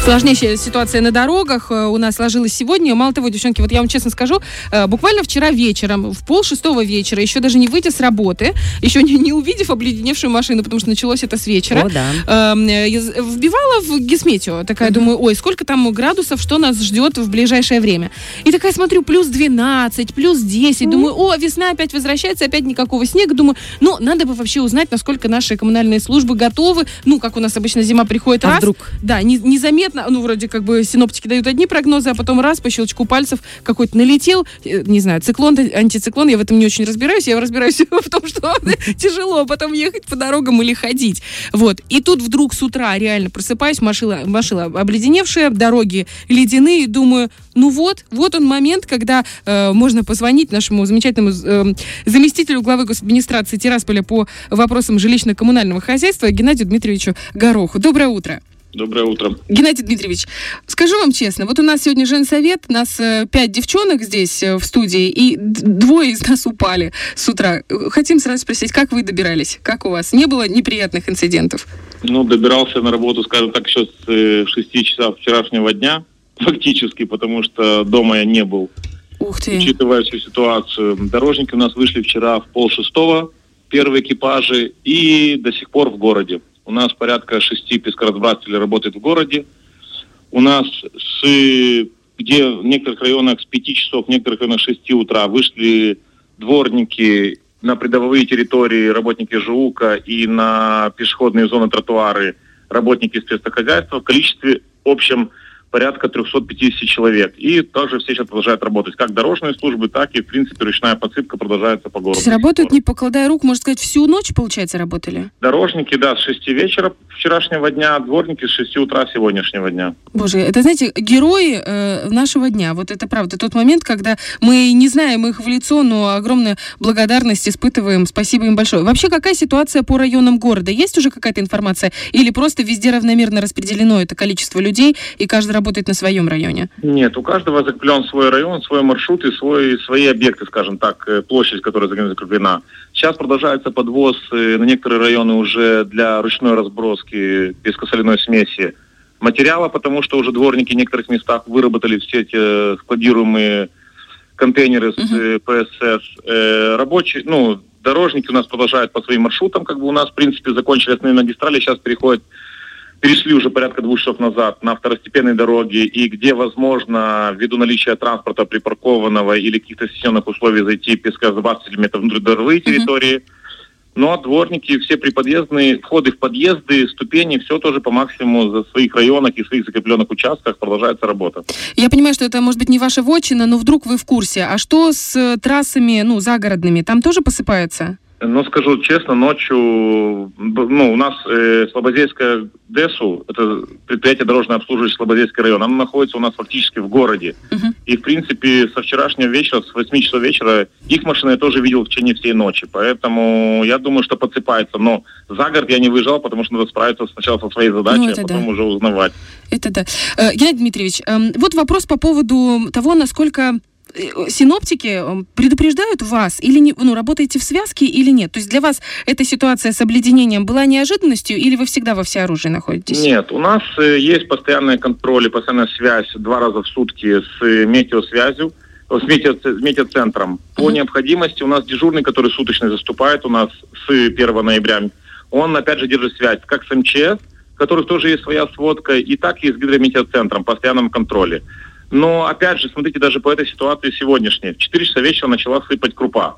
Сложнейшая ситуация на дорогах у нас сложилась сегодня. Мало того, девчонки, вот я вам честно скажу, буквально вчера вечером, в 5:30 вечера, еще даже не выйдя с работы, еще не увидев обледеневшую машину, потому что началось это с вечера, вбивала в Гисметео. Такая, думаю, ой, сколько там градусов, что нас ждет в ближайшее время. И такая смотрю, плюс 12, плюс 10. Думаю, о, весна опять возвращается, опять никакого снега. Думаю, ну, надо бы вообще узнать, насколько наши коммунальные службы готовы. Ну, как у нас обычно зима приходит раз. Вдруг? Да, незаметно. Ну, вроде как бы синоптики дают одни прогнозы, а потом раз, по щелчку пальцев какой-то налетел, не знаю, циклон, антициклон, я в этом не очень разбираюсь, я разбираюсь в том, что тяжело потом ехать по дорогам или ходить. Вот. И тут вдруг с утра реально просыпаюсь, машина обледеневшая, дороги ледяные, думаю, ну вот он момент, когда можно позвонить нашему замечательному заместителю главы госадминистрации Тирасполя по вопросам жилищно-коммунального хозяйства Геннадию Дмитриевичу Гороху. Доброе утро. Доброе утро. Геннадий Дмитриевич, скажу вам честно, вот у нас сегодня женсовет, нас 5 девчонок здесь в студии, и 2 из нас упали с утра. Хотим сразу спросить, как вы добирались? Как у вас? Не было неприятных инцидентов? Ну, добирался на работу, скажем так, еще с 6 часов вчерашнего дня, фактически, потому что дома я не был. Ух ты. Учитывая всю ситуацию. Дорожники у нас вышли вчера в 5:30, первые экипажи, и до сих пор в городе. У нас порядка 6 пескоразбрасывателей работает в городе. У нас где в некоторых районах с 5 часов, в некоторых районах с 6 утра вышли дворники на придомовые территории, работники ЖУКа и на пешеходные зоны, тротуары, работники спецхозяйства в количестве общем порядка 350 человек. И также все сейчас продолжают работать. Как дорожные службы, так и, в принципе, ручная подсыпка продолжается по городу. То есть работают, не покладая рук, можно сказать, всю ночь, получается, работали? Дорожники, да, с 6 вечера вчерашнего дня, дворники с 6 утра сегодняшнего дня. Боже, это, знаете, герои нашего дня. Вот это правда. Тот момент, когда мы не знаем их в лицо, но огромную благодарность испытываем. Спасибо им большое. Вообще, какая ситуация по районам города? Есть уже какая-то информация? Или просто везде равномерно распределено это количество людей, и каждый работает на своем районе? Нет, у каждого закреплен свой район, свой маршрут и свои объекты, скажем так, площадь, которая закреплена. Сейчас продолжается подвоз на некоторые районы уже для ручной разброски пескосоляной смеси материала, потому что уже дворники в некоторых местах выработали все эти складируемые контейнеры с ПСС. Рабочие, дорожники у нас продолжают по своим маршрутам, как бы у нас, в принципе, закончили основные магистрали, сейчас перешли уже порядка 2 часов назад на второстепенные дороги, и где возможно, ввиду наличия транспорта припаркованного или каких-то стесненных условий зайти пескозабрасывателями, это внутридворовые территории. Ну а дворники, все приподъездные, входы в подъезды, ступени, все тоже по максимуму за своих районах и своих закрепленных участках продолжается работа. Я понимаю, что это, может быть, не ваша вотчина, но вдруг вы в курсе. А что с трассами, загородными? Там тоже посыпается? Ну, скажу честно, ночью, у нас Слободейская ДЭСУ, это предприятие дорожное обслуживающее Слободейский район, оно находится у нас фактически в городе. И, в принципе, со вчерашнего вечера, с 8 часов вечера, их машины я тоже видел в течение всей ночи. Поэтому я думаю, что подсыпается. Но за город я не выезжал, потому что надо справиться сначала со своей задачей, а потом уже узнавать. Это да. Геннадий Дмитриевич, вот вопрос по поводу того, насколько синоптики предупреждают вас или не, работаете в связке или нет? То есть для вас эта ситуация с обледенением была неожиданностью или вы всегда во всеоружии находитесь? Нет, у нас есть постоянный контроль и постоянная связь 2 раза в сутки с метеосвязью, с метеоцентром. По необходимости у нас дежурный, который суточно заступает у нас с 1 ноября, он опять же держит связь как с МЧС, у которых тоже есть своя сводка, и так и с гидрометеоцентром, постоянном контроле. Но, опять же, смотрите, даже по этой ситуации сегодняшней. В 4 часа вечера начала сыпать крупа.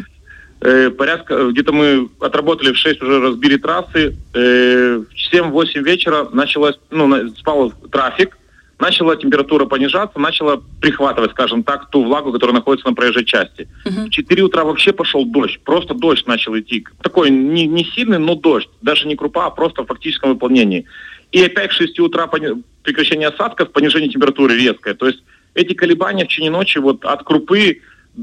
Где-то мы отработали в 6, уже разбили трассы. В 7-8 вечера спал трафик, начала температура понижаться, начала прихватывать, скажем так, ту влагу, которая находится на проезжей части. В 4 утра вообще пошел дождь, просто дождь начал идти. Такой не сильный, но дождь. Даже не крупа, а просто в фактическом выполнении. И опять в 6 утра прекращение осадков, понижение температуры резкое. То есть эти колебания в течение ночи от крупы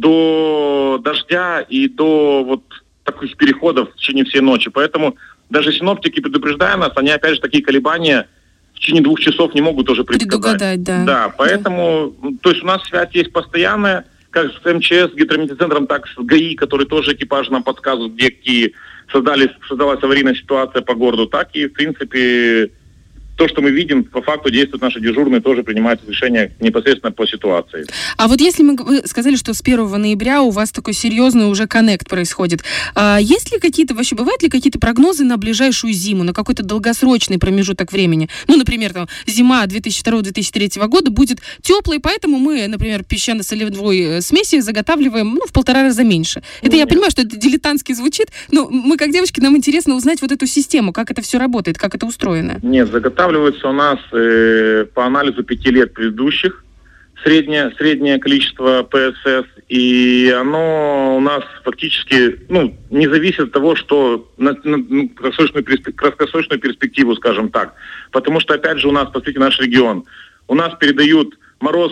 до дождя и до таких переходов в течение всей ночи. Поэтому даже синоптики, предупреждая нас, они опять же такие колебания в течение 2 часов не могут тоже предугадать. Да, поэтому, то есть у нас связь есть постоянная, как с МЧС, с гидрометеоцентром, так с ГАИ, который тоже экипаж нам подсказывает, где какие создалась аварийная ситуация по городу, так и, в принципе, то, что мы видим, по факту действуют наши дежурные, тоже принимают решения непосредственно по ситуации. А вот если вы сказали, что с 1 ноября у вас такой серьезный уже коннект происходит, есть ли какие-то, вообще бывают ли какие-то прогнозы на ближайшую зиму, на какой-то долгосрочный промежуток времени? Ну, например, там, зима 2002-2003 года будет теплой, поэтому мы, например, песчано-солевой смеси заготавливаем в 1,5 раза меньше. Это я понимаю, что это дилетантски звучит, но мы, как девочки, нам интересно узнать вот эту систему, как это все работает, как это устроено. Нет, заготавливается у нас по анализу 5 лет предыдущих среднее количество ПСС, и оно у нас фактически не зависит от того, что на краткосрочную перспективу, скажем так. Потому что, опять же, у нас, посмотрите, наш регион. У нас передают мороз,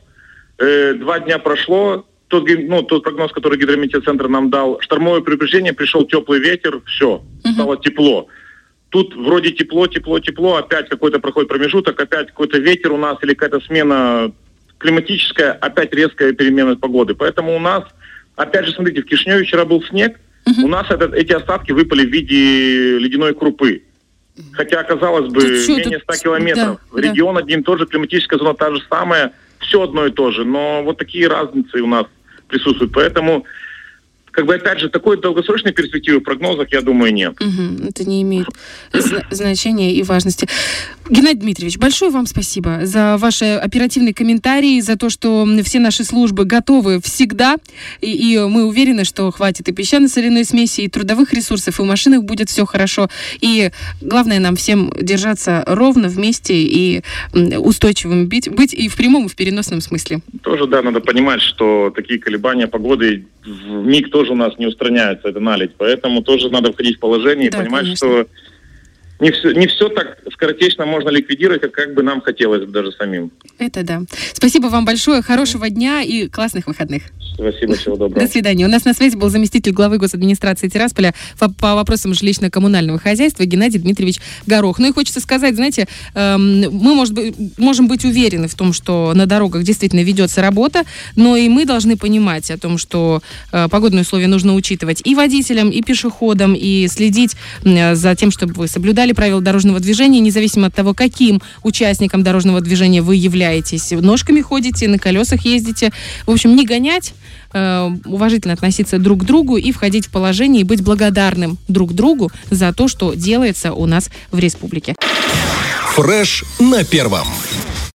2 дня прошло, тот прогноз, который гидрометеоцентр нам дал, штормовое предупреждение, пришел теплый ветер, все, стало тепло. Тут вроде тепло, опять какой-то проходит промежуток, опять какой-то ветер у нас или какая-то смена климатическая, опять резкая перемена погоды. Поэтому у нас, опять же, смотрите, в Кишиневе вчера был снег, у нас эти остатки выпали в виде ледяной крупы. Хотя, казалось бы, менее 100 километров. Да, регион один и тот же, климатическая зона та же самая, все одно и то же. Но вот такие разницы у нас присутствуют. Поэтому... опять же, такой долгосрочной перспективы в прогнозах, я думаю, нет. Это не имеет значения и важности. Геннадий Дмитриевич, большое вам спасибо за ваши оперативные комментарии, за то, что все наши службы готовы всегда, и мы уверены, что хватит и песчано-соляной смеси, и трудовых ресурсов, и в машинах будет все хорошо. И главное нам всем держаться ровно вместе и устойчивым быть и в прямом, и в переносном смысле. Тоже, да, надо понимать, что такие колебания погоды в миг тоже у нас не устраняется, это наледь. Поэтому тоже надо входить в положение и понимать, конечно, что не все так скоротечно можно ликвидировать, как бы нам хотелось бы даже самим. Это да. Спасибо вам большое, хорошего дня и классных выходных. Спасибо, всего доброго. До свидания. У нас на связи был заместитель главы госадминистрации Тирасполя по вопросам жилищно-коммунального хозяйства Геннадий Дмитриевич Горох. Ну и хочется сказать, знаете, мы, можем быть уверены в том, что на дорогах действительно ведется работа, но и мы должны понимать о том, что погодные условия нужно учитывать и водителям, и пешеходам, и следить за тем, чтобы вы соблюдали правила дорожного движения, независимо от того, каким участником дорожного движения вы являетесь. Ножками ходите, на колесах ездите. В общем, не гонять, уважительно относиться друг к другу и входить в положение и быть благодарным друг другу за то, что делается у нас в республике. Фреш на первом.